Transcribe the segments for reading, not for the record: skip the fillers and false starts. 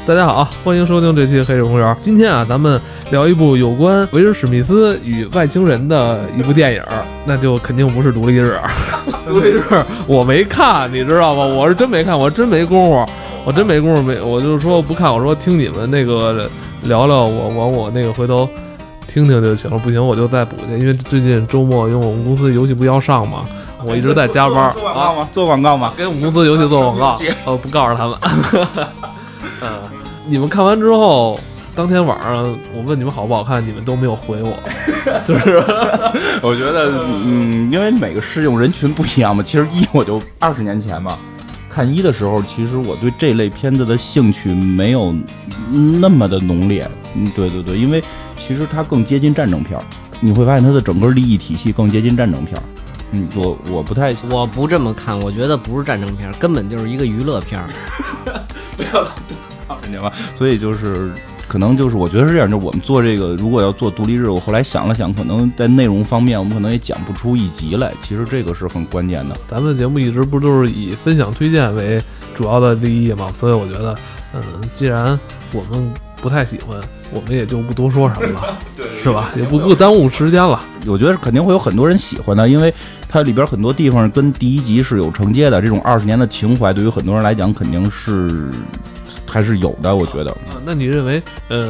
大家好，欢迎收听这期黑水公园。今天啊，咱们聊一部有关威尔史密斯与外星人的一部电影，那就肯定不是独立日。独立日我没看，你知道吗？我是真没看，我真没功夫，我就是说不看。我说听你们那个聊聊，我那个回头听听就行了。不行我就再补去，因为最近周末因为我们公司游戏不要上嘛，我一直在加班。 做广告吗？ 给我们公司游戏做广告，不告诉他们。你们看完之后，当天晚上我问你们好不好看，你们都没有回我，就是我觉得，因为每个适用人群不一样嘛。其实我就20年前嘛，看的时候，其实我对这类片子的兴趣没有那么的浓烈。对，因为其实它更接近战争片，你会发现它的整个利益体系更接近战争片。我不太， 我不这么看，我觉得不是战争片，根本就是一个娱乐片。 不要老操人家嘛，所以就是可能就是我觉得是这样，就是我们做这个如果要做独立日，我后来想了想，可能在内容方面我们可能也讲不出一集来，其实这个是很关键的。 咱们的节目一直不都是以分享推荐为主要的利益嘛，所以我觉得既然我们不太喜欢，我们也就不多说什么了。对，是吧？也不耽误时间了。 我觉得肯定会有很多人喜欢的，因为它里边很多地方跟第一集是有承接的，这种20年的情怀对于很多人来讲肯定是还是有的，我觉得。 那你认为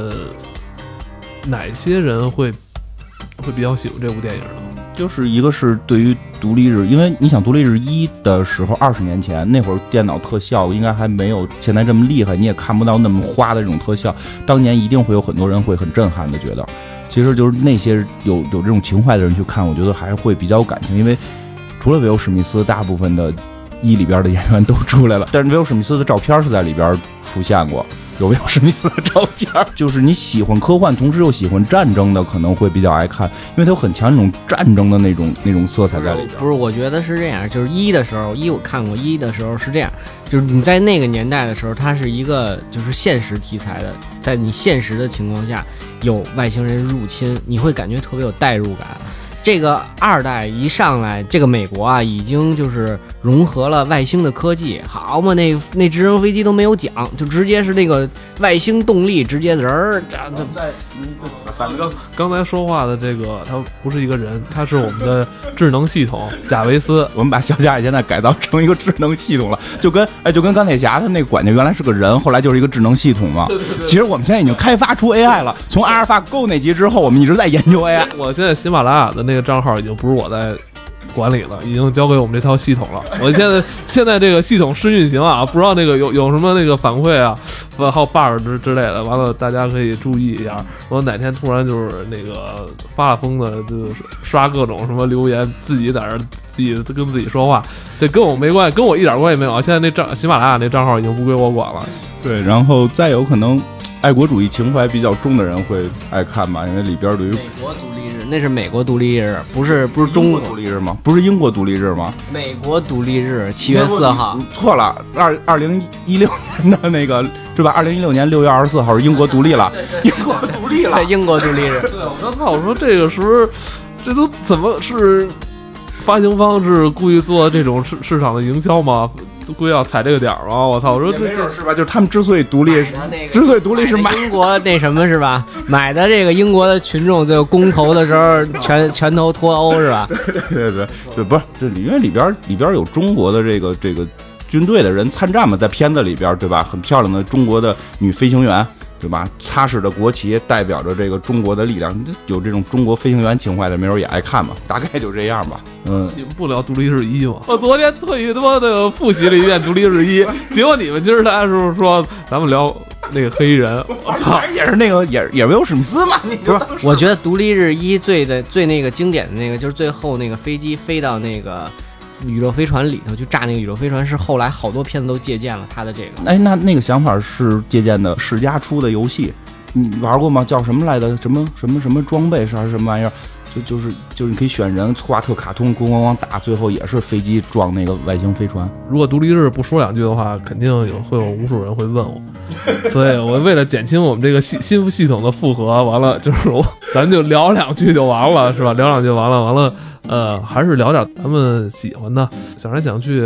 哪些人会比较喜欢这部电影呢？ 就是一个是对于独立日，因为你想独立日1的时候，20年前那会儿电脑特效应该还没有现在这么厉害，你也看不到那么花的这种特效，当年一定会有很多人会很震撼的觉得。其实就是那些有这种情怀的人去看，我觉得还会比较有感情，因为除了威尔史密斯，大部分的里边的演员都出来了，但是威尔史密斯的照片是在里边出现过，有威尔史密斯的照片。就是你喜欢科幻同时又喜欢战争的可能会比较爱看，因为它有很强那种战争的那种色彩在里边。 不是，我觉得是这样，就是1的时候我看过1的时候是这样，就是你在那个年代的时候，它是一个就是现实题材的，在你现实的情况下有外星人入侵，你会感觉特别有代入感。这个2代一上来，这个美国啊，已经就是融合了外星的科技，好嘛，那直升飞机都没有讲，就直接是那个外星动力，直接人儿。 反正刚才说话的这个，他不是一个人，他是我们的智能系统贾维斯。 我们把小贾现在改造成一个智能系统了，就跟钢铁侠他那管家原来是个人，后来就是一个智能系统嘛。对。其实我们现在已经开发出 AI 了，从阿尔法狗那集之后，我们一直在研究 AI。 我现在喜马拉雅的那个账号已经不是我在管理了，已经交给我们这套系统了。我现在这个系统试运行啊，不知道那个有什么那个反馈啊，还有 bug 之类的，完了大家可以注意一下。我哪天突然就是那个发了疯的，就是刷各种什么留言，自己在这自己跟自己说话，这跟我没关系，跟我一点关系没有。现在那喜马拉雅那账号已经不归我管了。 对，然后再有可能爱国主义情怀比较重的人会爱看吧，因为里边对于美国独立日，那是美国独立日，不是中国独立日吗？不是英国独立日吗？ 美国独立日7月4号。 错了，2016年的那个是吧？2016年6月24号是英国独立了，英国独立了， 英国独立日。 对，我刚才我说这个时候，这都怎么是发行方是故意做这种市场的营销吗？故意要踩这个点吗？我操！我说这是吧？就是他们之所以独立是买英国那什么是吧？买的这个英国的群众最后公投的时候全投脱欧是吧？ 对，不是这因为里边有中国的这个军队的人参战嘛，在片子里边对吧？很漂亮的中国的女飞行员。对吧？擦拭的国旗代表着这个中国的力量，有这种中国飞行员情怀的，没准也爱看吧。大概就这样吧。 你们不聊独立日1吗？我昨天特意他妈的复习了一遍独立日1，结果你们今儿大家是不是说咱们聊那个黑衣人？我操， 也是那个也没有史密斯嘛？ 不是，我觉得独立日1最那个经典的那个，就是最后那个飞机飞到那个宇宙飞船里头去炸那个宇宙飞船，是后来好多片子都借鉴了他的这个。 哎，那个想法是借鉴的世嘉出的游戏，你玩过吗？叫什么来的？什么装备是还是什么玩意儿？就是你可以选人画特卡通，咣咣咣打，最后也是飞机撞那个外星飞船。 如果独立日不说2句的话，肯定会有无数人会问我，所以我为了减轻我们这个新系统的负荷，完了就是咱就聊2句就完了，是吧？聊2句完了，还是聊点咱们喜欢的，想来想去。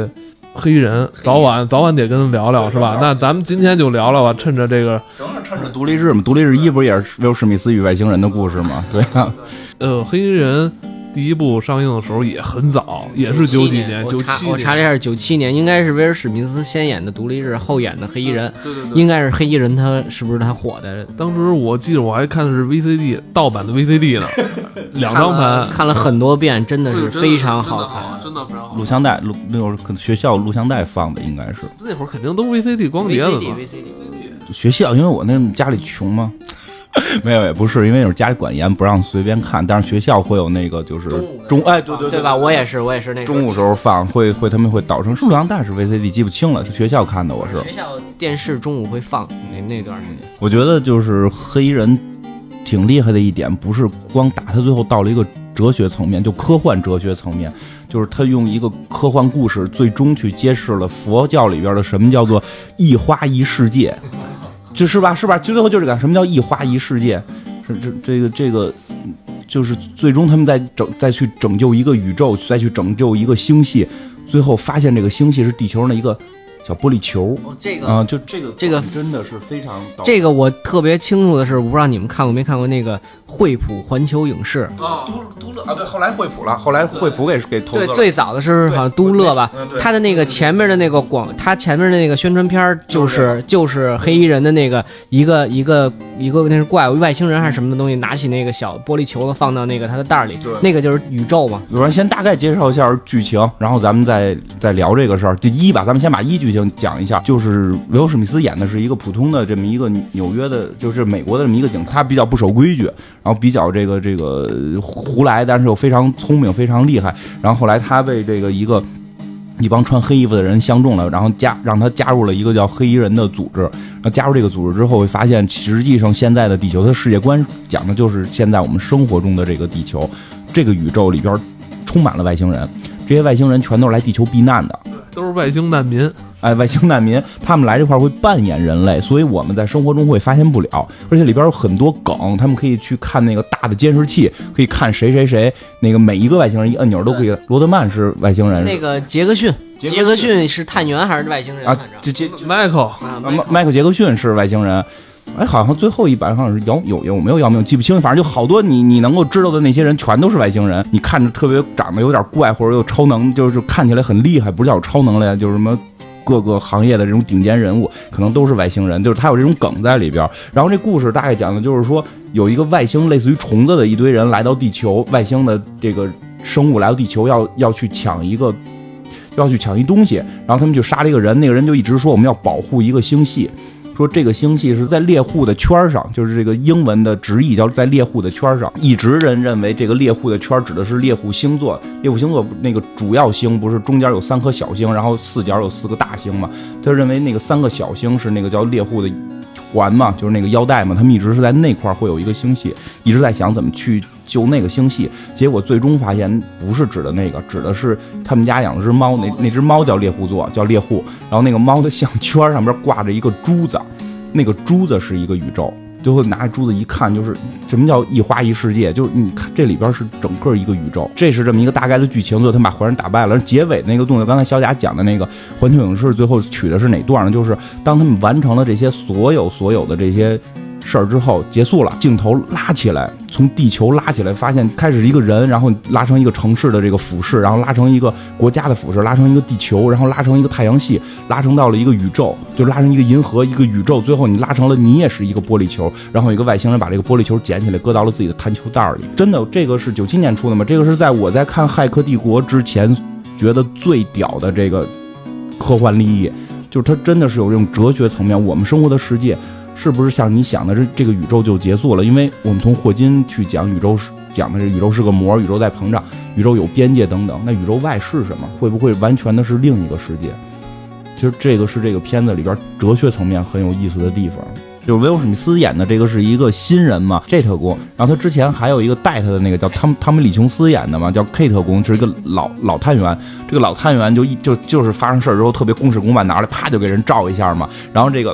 黑衣人，早晚得跟他聊聊，是吧？那咱们今天就聊聊吧，趁着这个， 正好趁着独立日嘛，独立日一不也是威尔史密斯与外星人的故事吗？对啊， 黑衣人第一部上映的时候也很早，也是97年，97年。 我查了一下，97年应该是威尔史密斯先演的独立日，后演的黑衣人。 对， 应该是黑衣人，他是不是他火的？ 当时我记得我还看的是 VCD 盗版的 VCD 呢，2张盘看了很多遍，真的是非常好看， 真的非常好。 录像带那会儿学校录像带放的应该是， 那会儿肯定都 VCD 光碟了嘛。 学校因为我那家里穷嘛。没有，也不是，因为有家里管严，不让随便看。但是学校会有那个，就是对吧？我也是那中午时候放，他们会导成是录像带是 VCD， 记不清了，是学校看的。我是学校电视中午会放那段时间。 我觉得就是黑衣人挺厉害的一点，不是光打他，最后到了一个哲学层面，就科幻哲学层面，就是他用一个科幻故事，最终去揭示了佛教里边的什么叫做一花一世界。是吧？就最后就是什么叫一花一世界？这个，就是最终他们再去拯救一个宇宙，再去拯救一个星系，最后发现这个星系是地球上的一个小玻璃球。就这个真的是非常。 这个我特别清楚的是，我不知道你们看过没看过那个惠普环球影视都乐啊，对，后来惠普了，后来惠普给投资了。 对，最早的是好像都乐吧，他的那个前面的那个他前面的那个宣传片就是黑衣人的那个一个那是怪物外星人还是什么的东西，拿起那个小玻璃球子放到那个他的袋里，那个就是宇宙嘛。 我先大概介绍一下剧情，然后咱们再聊这个事儿。咱们先把剧情讲一下，就是威尔史密斯演的是一个普通的这么一个纽约的，就是美国的这么一个警察，他比较不守规矩，然后比较这个胡来，但是又非常聪明，非常厉害。然后后来他被这个一帮穿黑衣服的人相中了，然后让他加入了一个叫黑衣人的组织。然后加入这个组织之后，会发现实际上现在的地球，它的世界观讲的就是现在我们生活中的这个地球，这个宇宙里边充满了外星人，这些外星人全都是来地球避难的。 都是外星难民， 外星难民，他们来这块会扮演人类，所以我们在生活中会发现不了，而且里边有很多梗，他们可以去看那个大的监视器，可以看谁，那个每一个外星人一按钮都可以。罗德曼是外星人， 那个杰克逊是探员还是外星人啊？迈克杰克逊是外星人。好像最后一版好像是有没有姚明记不清，反正就好多你能够知道的那些人全都是外星人。你看着特别长得有点怪或者有超能，就是看起来很厉害，不是叫有超能力，就是什么各个行业的这种顶尖人物，可能都是外星人，就是他有这种梗在里边。然后这故事大概讲的就是说，有一个外星类似于虫子的一堆人来到地球，外星的这个生物来到地球要去抢一东西，然后他们就杀了一个人，那个人就一直说我们要保护一个星系。说这个星系是在猎户的圈上，就是这个英文的直译叫在猎户的圈上。一直人认为这个猎户的圈指的是猎户星座，猎户星座那个主要星不是中间有3颗小星，然后4角有4个大星嘛？他认为那个3个小星是那个叫猎户的环嘛，就是那个腰带嘛。他们一直是在那块会有一个星系，一直在想怎么去救那个星系，结果最终发现不是指的那个，指的是他们家养的只猫，那只猫叫猎户座，叫猎户，然后那个猫的项圈上边挂着一个珠子，那个珠子是一个宇宙。最后拿着珠子一看，就是什么叫一花一世界，就是你看这里边是整个一个宇宙，这是这么一个大概的剧情。最后他们把坏人打败了，结尾那个动作，刚才小贾讲的那个环球影视最后取的是哪段呢？就是当他们完成了这些所有的这些事儿之后结束了，镜头拉起来，从地球拉起来，发现开始一个人，然后拉成一个城市的这个俯视，然后拉成一个国家的俯视，拉成一个地球，然后拉成一个太阳系，拉成到了一个宇宙，就拉成一个银河，一个宇宙，最后你拉成了你也是一个玻璃球，然后有一个外星人把这个玻璃球捡起来搁到了自己的弹球袋里。真的，这个是97年出的吗？这个是在我在看《骇客帝国》之前觉得最屌的这个科幻立意，就是它真的是有这种哲学层面，我们生活的世界是不是像你想的这个宇宙就结束了？因为我们从霍金去讲宇宙，讲的是宇宙是个膜，宇宙在膨胀，宇宙有边界等等。那宇宙外是什么？会不会完全的是另一个世界？其实这个是这个片子里边哲学层面很有意思的地方。就是威尔史密斯演的这个是一个新人嘛，这特工，然后他之前还有一个带他的那个叫汤姆李琼斯演的嘛，叫 K 特工，是一个老探员。这个老探员就是发生事之后特别公事公办，拿来啪就给人照一下嘛。然后这个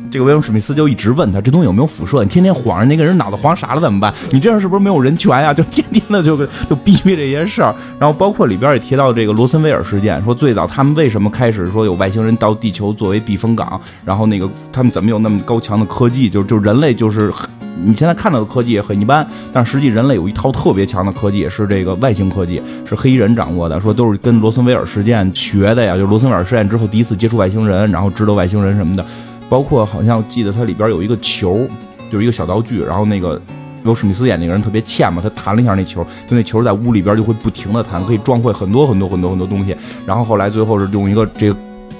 这个威廉史密斯就一直问他这东西有没有辐射，你天天晃着那个人脑袋晃傻了怎么办？你这样是不是没有人权呀？就天天的就逼这些事儿。然后包括里边也提到这个罗森威尔事件，说最早他们为什么开始说有外星人到地球作为避风港，然后那个他们怎么有那么高强的科技，就人类就是你现在看到的科技也很一般，但实际人类有一套特别强的科技，也是这个外星科技，是黑衣人掌握的，说都是跟罗森威尔事件学的呀，就是罗森威尔事件之后第一次接触外星人，然后知道外星人什么的。包括好像记得它里边有一个球，就是一个小道具，然后那个有史密斯演那个人特别欠嘛，他弹了一下那球，就那球在屋里边就会不停的弹，可以撞坏很多东西。然后后来最后是用一个这个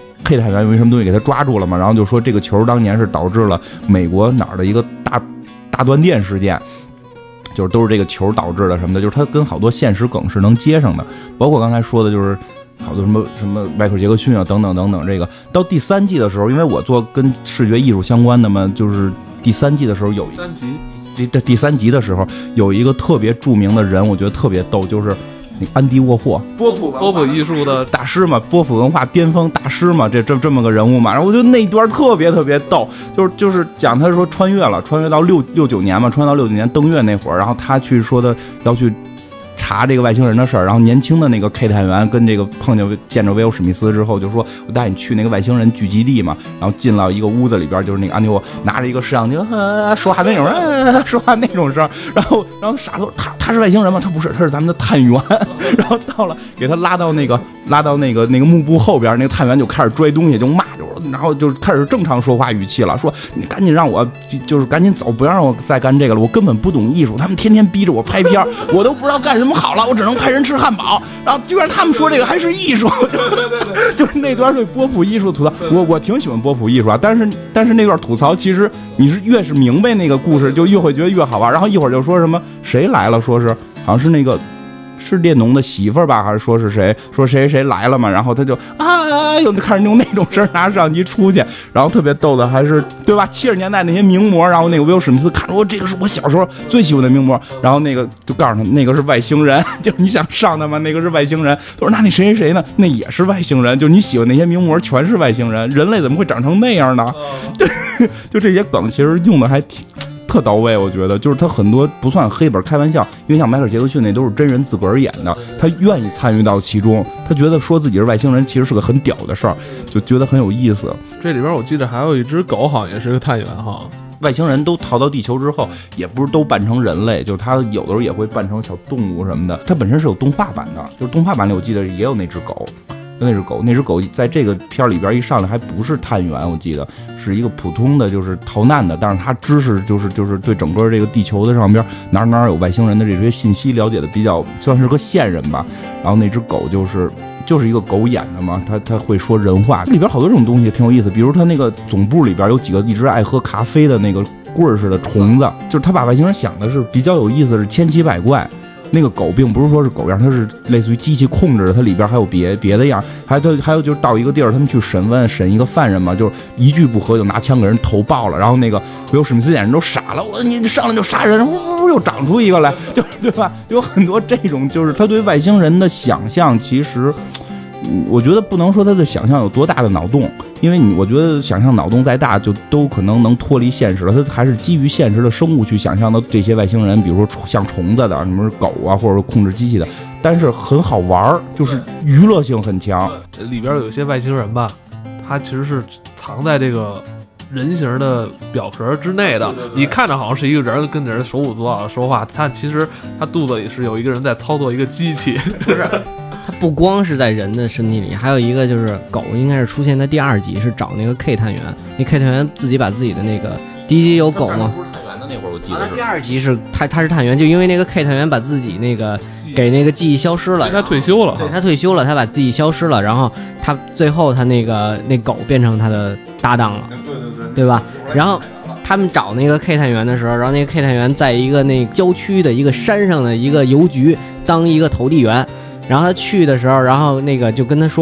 K探员用什么东西给他抓住了嘛，然后就说这个球当年是导致了美国哪儿的一个大断电事件，就是都是这个球导致的什么的，就是它跟好多现实梗是能接上的，包括刚才说的就是好多什么迈克尔·杰克逊啊等等。这个到第3季的时候，因为我做跟视觉艺术相关的嘛，就是第3季的时候有第3集的时候有一个特别著名的人，我觉得特别逗，就是那个安迪沃霍，波普艺术的大师嘛，波普文化巅峰大师嘛，这么个人物嘛。然后我觉得那一段特别逗，就是讲他说穿越到69年嘛，穿越到69年登月那会儿，然后他去说的要去查这个外星人的事儿，然后年轻的那个 K 探员跟这个见着威尔史密斯之后，就说我带你去那个外星人聚集地嘛，然后进到一个屋子里边，就是那个安迪沃拿着一个摄像机说话那种声，然后傻头他是外星人吗？他不是，他是咱们的探员。然后到了给他拉到那个幕布后边，那个探员就开始拽东西，就骂，然后就开始正常说话语气了，说你赶紧让我就是赶紧走，不要让我再干这个了，我根本不懂艺术，他们天天逼着我拍片，我都不知道干什么好了，我只能派人吃汉堡，然后居然他们说这个还是艺术。就是那段对波普艺术吐槽，我挺喜欢波普艺术啊，但是那段吐槽其实你是越是明白那个故事，就越会觉得越好玩。然后一会儿就说什么谁来了，说是好像是那个是列侬的媳妇儿吧，还是说是谁说谁来了嘛？然后他就又开始用那种声拿摄像机出去，然后特别逗的还是对吧？70年代那些名模，然后那个威尔史密斯看说这个是我小时候最喜欢的名模，然后那个就告诉他那个是外星人，就你想上他吗？那个是外星人。他说那你谁呢？那也是外星人，就你喜欢那些名模全是外星人，人类怎么会长成那样呢？就这些梗其实用的还特到位，我觉得就是他很多不算黑本开玩笑，因为像迈克尔·杰克逊那都是真人自个儿演的，他愿意参与到其中，他觉得说自己是外星人其实是个很屌的事儿，就觉得很有意思。 这里边我记得还有一只狗，好像也是个探员哈。 外星人都逃到地球之后，也不是都扮成人类，就是他有的时候也会扮成小动物什么的。他本身是有动画版的，就是动画版里我记得也有那只狗。那只狗在这个片里边一上来还不是探员，我记得是一个普通的就是逃难的，但是他知识就是对整个这个地球的上边哪有外星人的这些信息了解的比较算是个线人吧。然后那只狗就是一个狗演的嘛，他会说人话，里边好多这种东西挺有意思。比如他那个总部里边有几个一直爱喝咖啡的那个棍儿似的虫子，就是他把外星人想的是比较有意思，是千奇百怪。那个狗并不是说是狗样，它是类似于机器控制的，它里边还有别的样，还有就是到一个地儿，他们去审一个犯人嘛，就是一句不合就拿枪给人头爆了，然后那个威尔史密斯演人都傻了，你上来就杀人，又长出一个来，就对吧？有很多这种，就是他对外星人的想象，其实我觉得不能说他的想象有多大的脑洞，因为我觉得想象脑洞再大，就都可能脱离现实了。他还是基于现实的生物去想象的这些外星人，比如说像虫子的，什么狗啊，或者控制机器的，但是很好玩，就是娱乐性很强。 里边有些外星人吧，他其实是藏在这个人形的表壳之内的，你看着好像是一个人跟着手舞足蹈的说话，其实他肚子里是有一个人在操作一个机器， 不是。它不光是在人的身体里，还有一个就是狗，应该是出现在第2集，是找那个 K 探员，那 K 探员自己把自己的那个第1集有狗吗？ 不是探员的那会儿我记得是。 第2集是他是探员，就因为那个 K 探员把自己那个给那个记忆消失了， 他退休了， 对，他退休了，他把记忆消失了，然后他最后他那狗变成他的搭档了，对吧？然后他们找那个 K 探员的时候，然后那个 K 探员在一个那郊区的一个山上的一个邮局当一个投递员。然后他去的时候，然后那个就跟他说，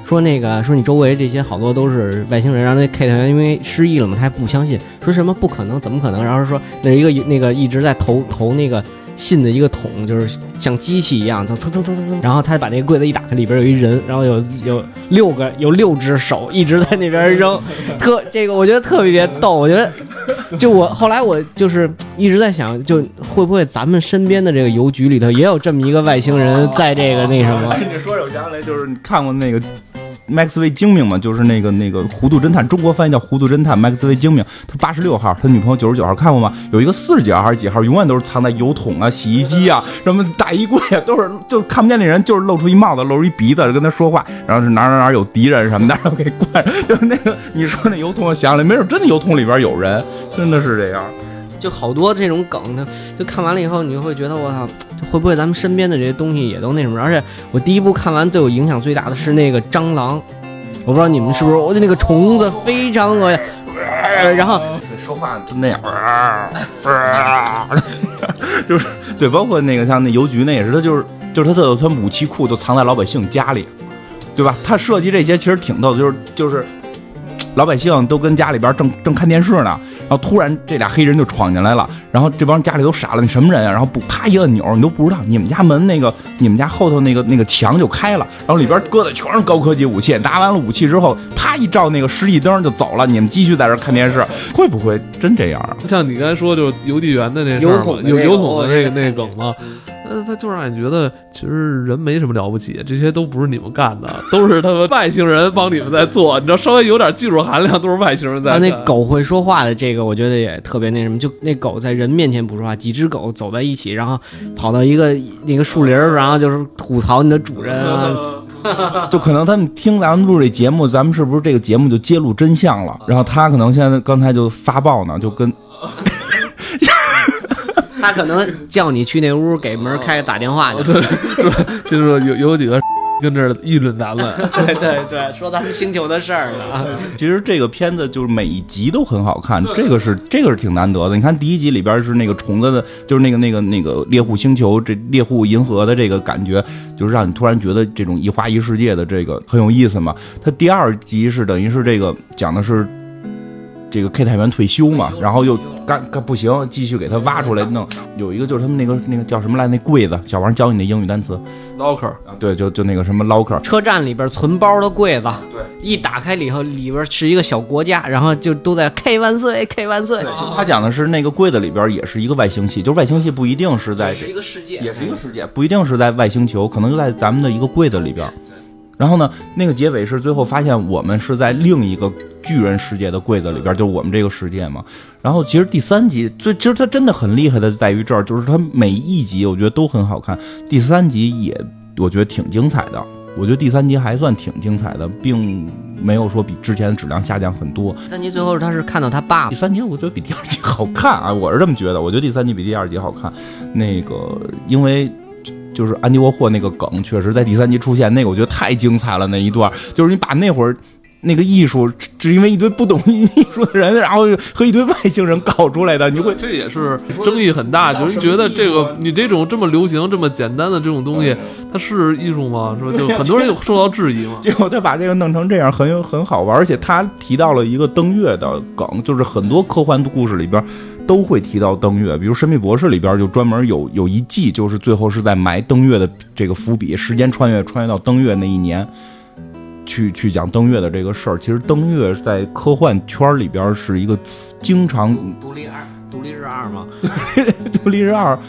说说你周围这些好多都是外星人，然后那 K 探员因为失忆了嘛，他还不相信，说什么不可能，怎么可能？然后说那一个一直在投那个信的一个桶，就是像机器一样，蹭蹭蹭蹭蹭，然后他把那个柜子一打开，里边有一人，然后有6只手一直在那边扔，这个我觉得特别逗，我觉得。就后来我就是一直在想，就会不会咱们身边的这个邮局里头也有这么一个外星人在这个那什么？ 你说我想起来，就是你看过那个麦克斯韦精明嘛，就是那个糊涂侦探，中国翻译叫糊涂侦探麦克斯韦精明，他86号，他女朋友99号，看过吗？有一个49号还是几号，永远都是藏在油桶啊、洗衣机啊、什么大衣柜啊，都是就看不见那人，就是露出一帽子，露出一鼻子跟他说话，然后是哪有敌人什么的，然后给灌，就是那个你说那油桶，我想了，没准真的油桶里边有人，真的是这样。 就好多这种梗，就看完了以后，你就会觉得我操，会不会咱们身边的这些东西也都那什么？而且我第一部看完对我影响最大的是那个蟑螂，我不知道你们是不是，我的那个虫子非常恶心，然后说话就那样，就是对，包括那个像那邮局那也是，他就是他武器库都藏在老百姓家里，对吧？他设计这些其实挺逗的，就是老百姓都跟家里边正看电视呢，然后突然这俩黑人就闯进来了，然后这帮家里都傻了，你什么人啊？然后啪一按钮，你都不知道，你们家门你们家后头那个墙就开了，然后里边搁的全是高科技武器，拿完了武器之后，啪一照那个示意灯就走了，你们继续在这看电视，会不会真这样啊？ 像你刚才说，就是邮递员的那事儿嘛，有邮筒的那个梗嘛。他就让你觉得其实人没什么了不起，这些都不是你们干的，都是他们外星人帮你们在做。你知道，稍微有点技术含量都是外星人在干。 那狗会说话的这个，我觉得也特别那什么。就那狗在人面前不说话，几只狗走在一起，然后跑到那个树林，然后就是吐槽你的主人啊。 就可能他们听咱们录这节目，咱们是不是这个节目就揭露真相了？然后他可能现在刚才就发报呢，就跟。 他可能叫你去那屋给门开打电话去， 就是有几个跟这儿议论咱们， 对，说咱们星球的事儿呢。 其实这个片子就是每一集都很好看，这个是挺难得的。你看第一集里边是那个虫子的，就是那个猎户星球，这猎户银河的这个感觉，就是让你突然觉得这种一花一世界的这个很有意思嘛。它第二集是等于是这个讲的是这个 K 探员退休嘛，然后又干不行，继续给他挖出来弄。有一个就是他们那个叫什么来，那柜子，小王教你那英语单词 ，locker 啊，对，就那个什么 locker， 车站里边存包的柜子， 对， 一打开以后里边是一个小国家，然后就都在 K 万岁 K 万岁。 他讲的是那个柜子里边也是一个外星系，就是外星系不一定是在， 是一个世界， 也是一个世界，不一定是在外星球，可能就在咱们的一个柜子里边。然后呢，那个结尾是最后发现我们是在另一个巨人世界的柜子里边，就是我们这个世界嘛。然后其实第三集其实它真的很厉害的在于这儿，就是它每一集我觉得都很好看，第三集也我觉得挺精彩的。我觉得第三集还算挺精彩的，并没有说比之前的质量下降很多。 第三集最后他是看到他爸爸。 第三集我觉得比第二集好看啊，我是这么觉得。我觉得第三集比第二集好看，那个因为。就是安迪沃霍那个梗，确实在第三集出现，那个我觉得太精彩了。那一段就是你把那会儿那个艺术，只因为一堆不懂艺术的人，然后和一堆外星人搞出来的，你会这也是争议很大，就是觉得这个你这种这么流行、这么简单的这种东西，它是艺术吗？是吧？就很多人受到质疑嘛。 结果他把这个弄成这样，很好玩，而且他提到了一个登月的梗，就是很多科幻故事里边。都会提到登月，比如《神秘博士》里边就专门有一季，就是最后是在埋登月的这个伏笔，时间穿越到登月那一年，去讲登月的这个事儿。其实登月在科幻圈里边是一个经常独立日2吗？ 独立日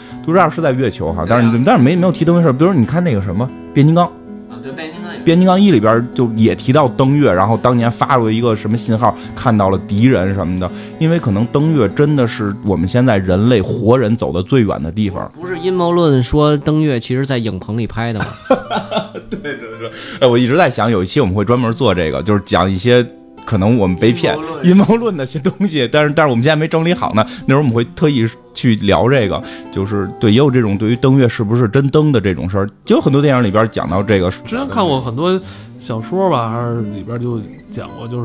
2是在月球哈，但是没有提登月事儿。比如你看那个什么变形金刚。变形金刚1里边就也提到登月，然后当年发出一个什么信号，看到了敌人什么的。因为可能登月真的是我们现在人类活人走的最远的地方。 不是阴谋论说登月其实在影棚里拍的吗？ 对，我一直在想有一期我们会专门做这个，就是讲一些可能我们被骗阴谋论的些东西，但是我们现在没整理好呢。那时候我们会特意去聊这个，就是对，也有这种对于登月是不是真登的这种事儿，就有很多电影里边讲到这个。 之前看过很多小说吧，还是里边就讲过，就是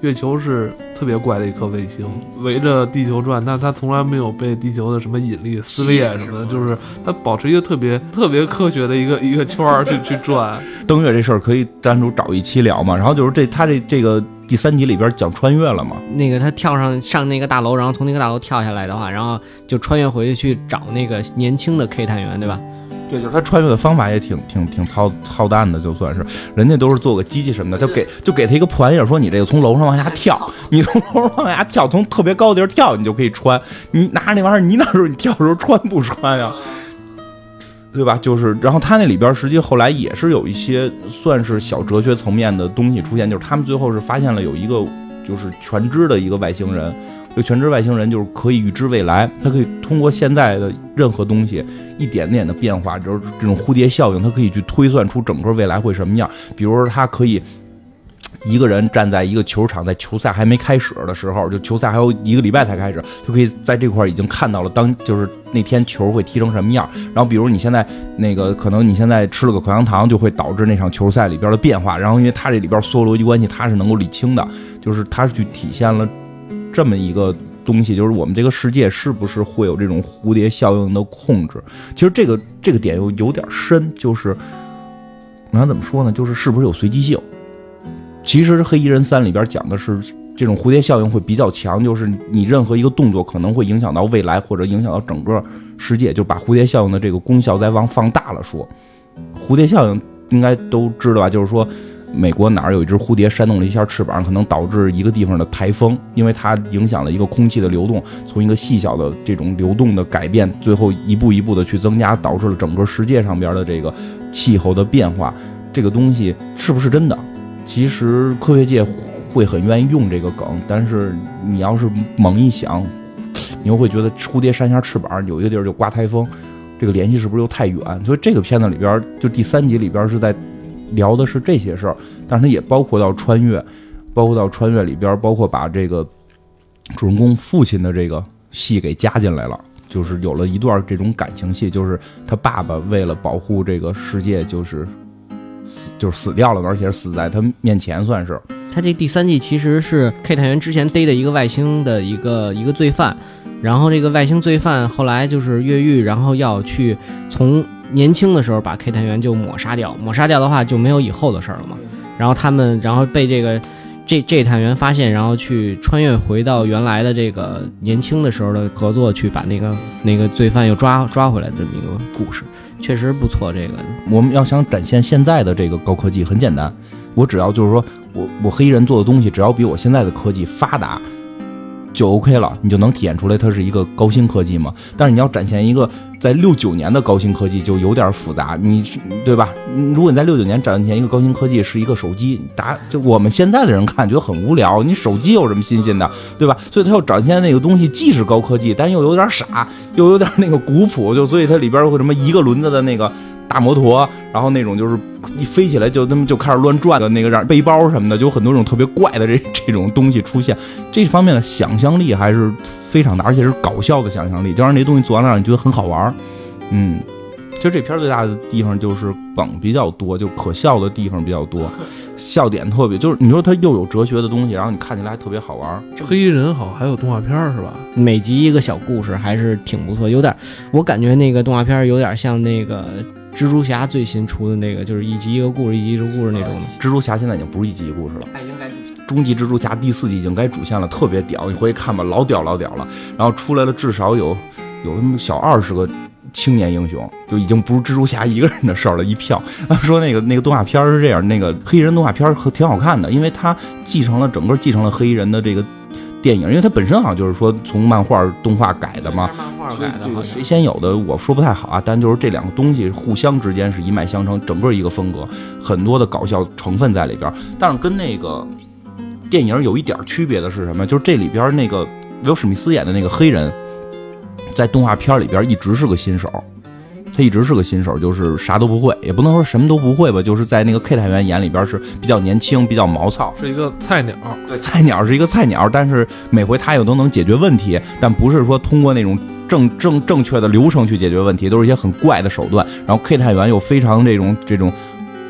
月球是特别怪的一颗卫星，围着地球转，但它从来没有被地球的什么引力撕裂什么的，就是它保持一个特别科学的一个圈儿去转。 登月这事儿可以单独找一期聊嘛。然后就是他这个第3集里边讲穿越了嘛， 那个他上那个大楼，然后从那个大楼跳下来的话，然后就穿越回去找那个年轻的 K 探员，对吧？ 对，就是他穿越的方法也挺操蛋的，就算是人家都是做个机器什么的，就给他一个破玩意儿，说你这个从楼上往下跳，你从楼上往下跳，从特别高的地儿跳，你就可以穿。你拿着那玩意儿，你那时候你跳的时候穿不穿呀？对吧？就是，然后他那里边实际后来也是有一些算是小哲学层面的东西出现，就是他们最后是发现了有一个就是全知的一个外星人。这个全知外星人就是可以预知未来，他可以通过现在的任何东西一点点的变化，就是这种蝴蝶效应，他可以去推算出整个未来会什么样。比如说他可以一个人站在一个球场，在球赛还没开始的时候，就球赛还有1个礼拜才开始，就可以在这块已经看到了就是那天球会踢成什么样。然后比如你现在那个可能你现在吃了个口香糖，就会导致那场球赛里边的变化。然后因为他这里边所有逻辑关系他是能够理清的，就是他是去体现了这么一个东西，就是我们这个世界是不是会有这种蝴蝶效应的控制。其实这个点有点深，就是那怎么说呢，就是是不是有随机性。其实黑衣人3里边讲的是这种蝴蝶效应会比较强，就是你任何一个动作可能会影响到未来或者影响到整个世界，就把蝴蝶效应的这个功效再往放大了说。蝴蝶效应应该都知道吧，就是说美国哪儿有一只蝴蝶扇动了一下翅膀，可能导致一个地方的台风，因为它影响了一个空气的流动，从一个细小的这种流动的改变，最后一步一步的去增加，导致了整个世界上边的这个气候的变化。这个东西是不是真的？其实科学界会很愿意用这个梗，但是你要是猛一想，你又会觉得蝴蝶扇下翅膀，有一个地儿就刮台风，这个联系是不是又太远？所以这个片子里边，就第3集里边是在聊的是这些事儿，但是它也包括到穿越，里边，包括把这个主人公父亲的这个戏给加进来了，就是有了一段这种感情戏，就是他爸爸为了保护这个世界，就是死掉了，而且是死在他面前，算是。 他这第3季其实是 K 探员之前逮的一个外星的一个罪犯，然后这个外星罪犯后来就是越狱，然后要去从年轻的时候把 K 探员就抹杀掉的话就没有以后的事儿了嘛。然后被这探员发现，然后去穿越回到原来的这个年轻的时候的合作，去把那个罪犯又抓回来的这么一个故事，确实不错。这个我们要想展现现在的这个高科技很简单，我只要就是说我黑衣人做的东西只要比我现在的科技发达就 OK 了，你就能体现出来它是一个高新科技嘛。但是你要展现一个在69年的高新科技就有点复杂，对吧？如果你在69年展现一个高新科技是一个手机，就我们现在的人看觉得很无聊，你手机有什么新鲜的，对吧？所以它要展现那个东西既是高科技，但又有点傻，又有点那个古朴，就所以它里边会什么一个轮子的那个大摩托，然后那种就是一飞起来就那么就开始乱转的那个让背包什么的，就有很多种特别怪的这种东西出现。这方面的想象力还是非常大，而且是搞笑的想象力，就让这东西做完了让你觉得很好玩。其实这片最大的地方就是梗比较多，就可笑的地方比较多，笑点特别，就是你说它又有哲学的东西，然后你看起来还特别好玩。 黑衣人好还有动画片是吧？ 每集一个小故事还是挺不错，有点我感觉那个动画片有点像那个蜘蛛侠最新出的那个，就是一集一个故事，一集一个故事那种的。 蜘蛛侠现在已经不是一集一个故事了， 他已经该主线。 终极蜘蛛侠第4季已经该主线了，特别屌，你回去看吧，老屌了。然后出来了至少有小20个青年英雄，就已经不是蜘蛛侠一个人的事儿了，一票。说那个动画片是这样，那个黑衣人动画片挺好看的，因为它继承了黑衣人的这个电影，因为它本身好像就是说从漫画动画改的嘛， 漫画改的， 这个谁先有的我说不太好啊，但就是这两个东西互相之间是一脉相承，整个一个风格，很多的搞笑成分在里边。但是跟那个电影有一点区别的是什么？就是这里边那个威尔史密斯演的那个黑人，在动画片里边一直是个新手。他一直是个新手，就是啥都不会，也不能说什么都不会吧，就是在那个 K 探员眼里边是比较年轻，比较毛糙， 是一个菜鸟。 对，菜鸟是一个菜鸟，但是每回他又都能解决问题，但不是说通过那种正确的流程去解决问题，都是一些很怪的手段。然后 K 探员又非常这种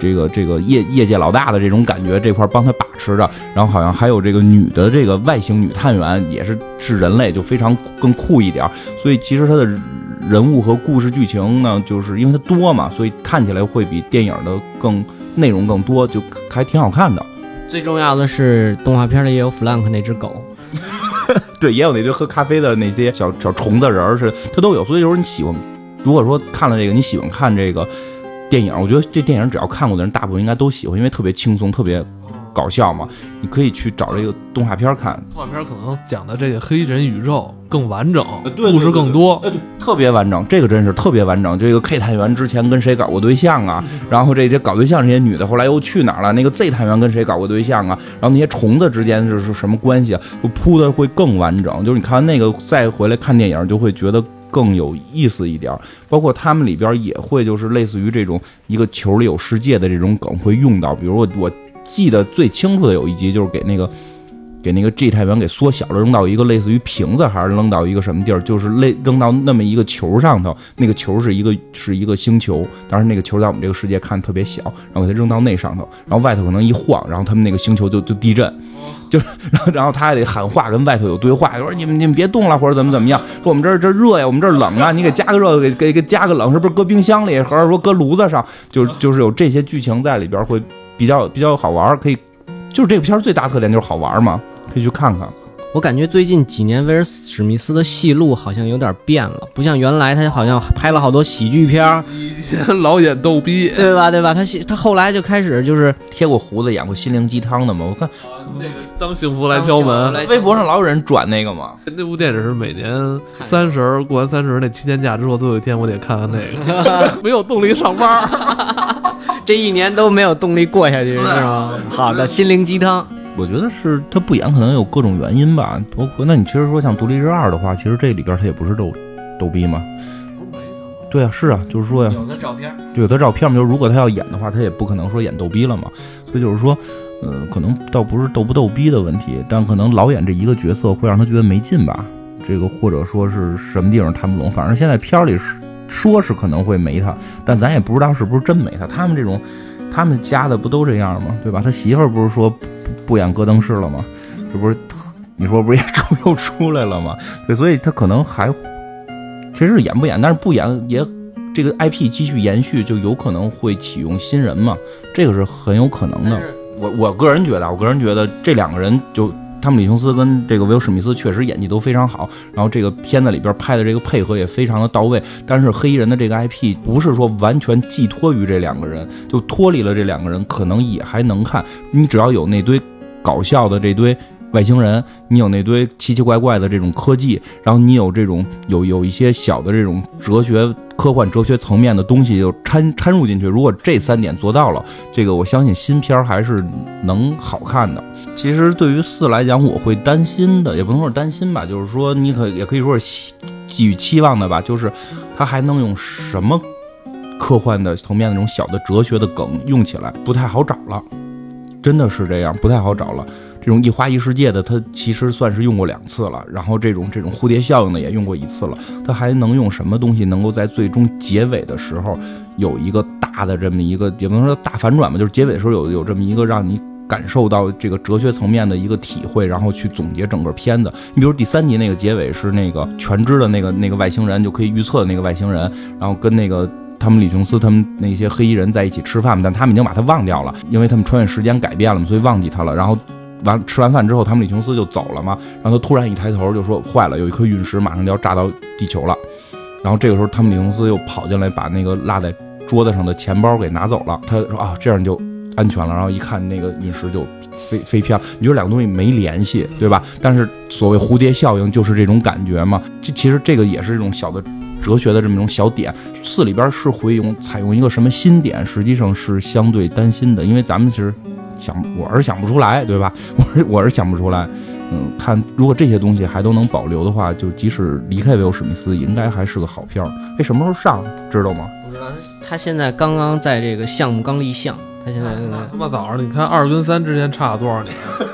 这个业界老大的这种感觉，这块帮他把持着。然后好像还有这个女的这个外星女探员也是人类，就非常更酷一点。所以其实他的人物和故事剧情呢，就是因为它多嘛，所以看起来会比电影的内容更多，就还挺好看的。 最重要的是动画片里也有弗兰克那只狗。 对，也有那堆喝咖啡的那些小虫子人是它都有。所以有时候你喜欢，如果说看了这个你喜欢看这个电影，我觉得这电影只要看过的人大部分应该都喜欢，因为特别轻松，特别搞笑嘛。你可以去找这个动画片看， 动画片可能讲的这个黑人宇宙更完整， 对故事更多， 对，特别完整。这个真是特别完整。这个 K 探员之前跟谁搞过对象啊？然后这些搞对象这些女的后来又去哪儿了？那个 Z 探员跟谁搞过对象啊？然后那些虫子之间是什么关系啊？就铺的会更完整。就是你看完那个再回来看电影，就会觉得更有意思一点。包括他们里边也会就是类似于这种一个球里有世界的这种梗会用到。比如我记得最清楚的有一集就是给那个 G 探员给缩小了，扔到一个类似于瓶子，还是扔到一个什么地儿，就是扔到那么一个球上头。那个球是一个星球，当然那个球在我们这个世界看特别小，然后给它扔到那上头，然后外头可能一晃，然后他们那个星球就地震，就是然后他还得喊话跟外头有对话，说你们别动了，或者怎么样，说我们这热呀，我们这冷啊，你给加个热，给加个冷，是不是搁冰箱里，或者说搁炉子上，就是有这些剧情在里边会比较好玩，可以，就是这个片最大特点就是好玩嘛。可以去看看。 我感觉最近几年威尔史密斯的戏路好像有点变了，不像原来他好像拍了好多喜剧片， 以前老演逗逼， 对吧？他后来就开始就是贴过胡子，演过心灵鸡汤的嘛。我看那个当幸福来敲门， 微博上老有人转那个嘛。 那部电影是每年30过完30那7天假之后，最后一天我得看看那个，没有动力上班， 这一年都没有动力过下去是吗？好的，心灵鸡汤。 我觉得是他不演可能有各种原因吧，包括那你其实说像独立日2的话，其实这里边他也不是逗逼嘛。对啊，是啊，就是说呀， 有的照片， 有的照片嘛，就是如果他要演的话，他也不可能说演逗逼了嘛。所以就是说，可能倒不是逗不逗逼的问题，但可能老演这一个角色会让他觉得没劲吧。这个或者说是什么地方看不懂，反正现在片里说是可能会没他，但咱也不知道是不是真没他。他们家的不都这样吗？对吧？他媳妇儿不是说不演戈登士了吗？这不是你说不是又出来了吗？对，所以他可能还其实演不演，但是不演也这个 IP 继续延续，就有可能会启用新人嘛，这个是很有可能的。我个人觉得这两个人就汤姆·李琼斯跟这个威尔·史密斯确实演技都非常好，然后这个片子里边拍的这个配合也非常的到位。但是黑衣人的这个 IP 不是说完全寄托于这两个人，就脱离了这两个人，可能也还能看。你只要有那堆搞笑的这堆外星人，你有那堆奇奇怪怪的这种科技，然后你有这种有一些小的这种科幻哲学层面的东西就掺入进去，如果这3点做到了，这个我相信新片还是能好看的。其实对于4来讲，我会担心的，也不能说是担心吧，就是说你也可以说是寄予期望的吧，就是他还能用什么科幻的层面的那种小的哲学的梗用起来，不太好找了，真的是这样，不太好找了。这种一花一世界的，它其实算是用过2次了，然后这种蝴蝶效应的也用过1次了，它还能用什么东西能够在最终结尾的时候有一个大的这么一个，也不能说大反转吧，就是结尾的时候有这么一个让你感受到这个哲学层面的一个体会，然后去总结整个片子。你比如第3集那个结尾是那个全知的那个外星人，就可以预测的那个外星人，然后跟那个他们李琼斯他们那些黑衣人在一起吃饭，但他们已经把他忘掉了，因为他们穿越时间改变了嘛，所以忘记他了。然后吃完饭之后，他们李琼斯就走了嘛，然后他突然一抬头就说坏了，有一颗陨石马上就要炸到地球了。然后这个时候他们李琼斯又跑进来把那个落在桌子上的钱包给拿走了，他说啊这样就安全了。然后一看那个陨石就飞偏了，你说2个东西没联系对吧？但是所谓蝴蝶效应就是这种感觉嘛，其实这个也是这种小的哲学的这么一种小点。4里边是会采用一个什么新点，实际上是相对担心的，因为咱们其实我是想不出来对吧？我是想不出来。看如果这些东西还都能保留的话，就即使离开威尔史密斯应该还是个好片。什么时候上知道吗？ 不知道，他现在刚刚在这个项目刚立项，他现在他妈早上，你看2跟3之间差了多少年？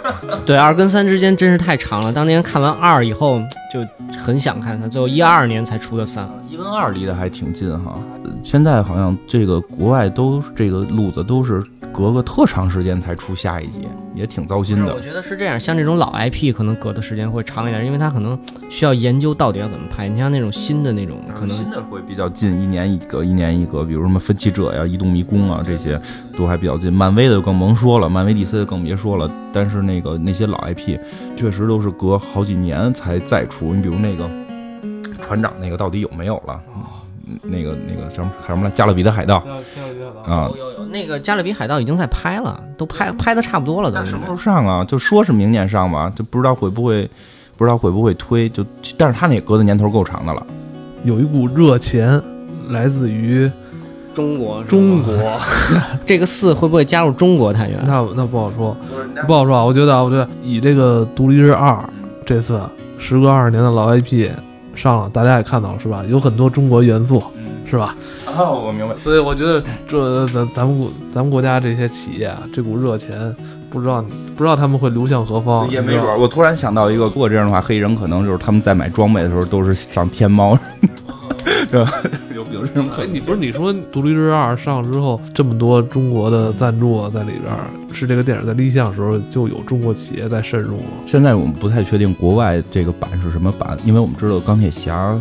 对，2跟3之间真是太长了。当年看完2以后就很想看3，最后12年才出的3。 1跟2离得还挺近哈。现在好像这个国外都这个路子都是隔个特长时间才出下一集，也挺糟心的。 我觉得是这样，像这种老 IP 可能隔的时间会长一点，因为它可能需要研究到底要怎么拍。你像那种新的那种，可能新的会比较近，1年一个，比如什么分歧者呀、移动迷宫啊，这些都还比较近。漫威的就更甭说了，漫威 DC 的更别说了。但是那些老 IP 确实都是隔好几年才再出。你比如那个船长那个到底有没有了？那个什么来，加勒比的海盗啊， 有那个加勒比海盗已经在拍了，都拍的差不多了，都什么时候上啊？就说是明年上吧，就不知道会不会推，但是他那隔的年头够长的了。 有一股热钱来自于中国这个4会不会加入中国探员？ 那不好说，不好说啊。我觉得以这个独立日2这次时隔20年的老 IP 上了，大家也看到了是吧？有很多中国元素，是吧？ 哦，我明白。 所以我觉得这咱们国家这些企业啊，这股热钱不知道他们会流向何方， 也没准。我突然想到一个，如果这样的话，黑人可能就是他们在买装备的时候都是上天猫，对吧？有这种可能。 你说独立日2上之后，这么多中国的赞助在里边，是这个电影在立项的时候就有中国企业在渗入了。 现在我们不太确定国外这个版是什么版，因为我们知道钢铁侠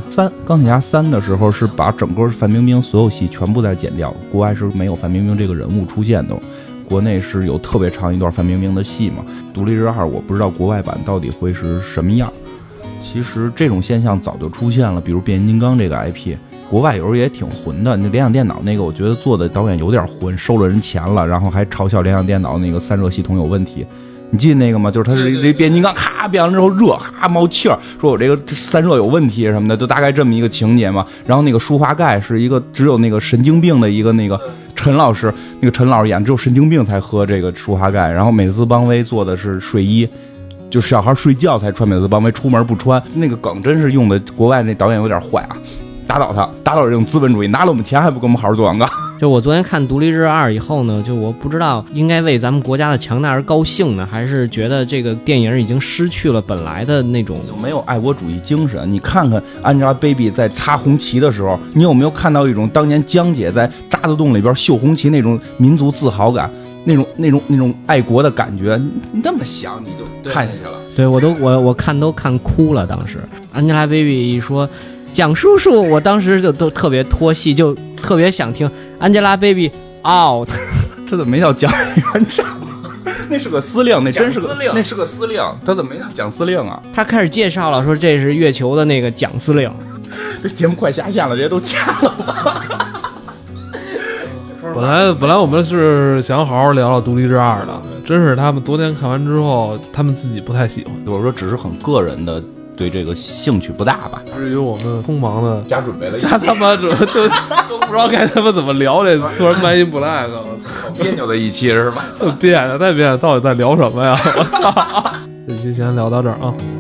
3的时候是把整个范冰冰所有戏全部在剪掉，国外是没有范冰冰这个人物出现的。国内是有特别长一段范冰冰的戏嘛。独立日2我不知道国外版到底会是什么样。其实这种现象早就出现了，比如变形金刚这个 IP， 国外有时候也挺混的。那联想电脑那个，我觉得做的导演有点混，收了人钱了，然后还嘲笑联想电脑那个散热系统有问题。你记得那个吗？就是他是这变形金刚咔变完之后热哈冒气儿，说我这个散热有问题什么的，就大概这么一个情节嘛。然后那个舒华盖是一个只有那个神经病的一个那个陈老师，那个陈老师演只有神经病才喝这个舒华盖。然后美兹邦威做的是睡衣，就小孩睡觉才穿美兹邦威，出门不穿。那个梗真是用的国外那导演有点坏啊，打倒他，打倒这种资本主义，拿了我们钱还不给我们好好做广告。 就我昨天看独立日2以后呢，就我不知道应该为咱们国家的强大而高兴呢，还是觉得这个电影已经失去了本来的那种没有爱国主义精神。你看看 Angelababy 在插红旗的时候，你有没有看到一种当年江姐在渣滓洞里边绣红旗那种民族自豪感，那种爱国的感觉？你那么想你就看下去了。 对，我看都看哭了。当时 Angelababy 一说蒋叔叔，我当时就都特别脱戏，就特别想听 Angelababy out。 这怎么没叫蒋元长？那是个司令，那真是个那是个司令，他怎么没叫蒋司令啊？ 他开始介绍了，说这是月球的那个蒋司令。 这节目快下线了，这些都掐了吧？ 本来我们是想好好聊聊独立日2的，真是他们昨天看完之后，他们自己不太喜欢。 我说只是很个人的。对这个兴趣不大吧？ 至于我们匆忙的加准备了， 加他妈准都不知道该他妈怎么聊这，突然埋一 flag， 别扭的一期是吧？ 太别扭，到底在聊什么呀？我操！这期先聊到这儿啊。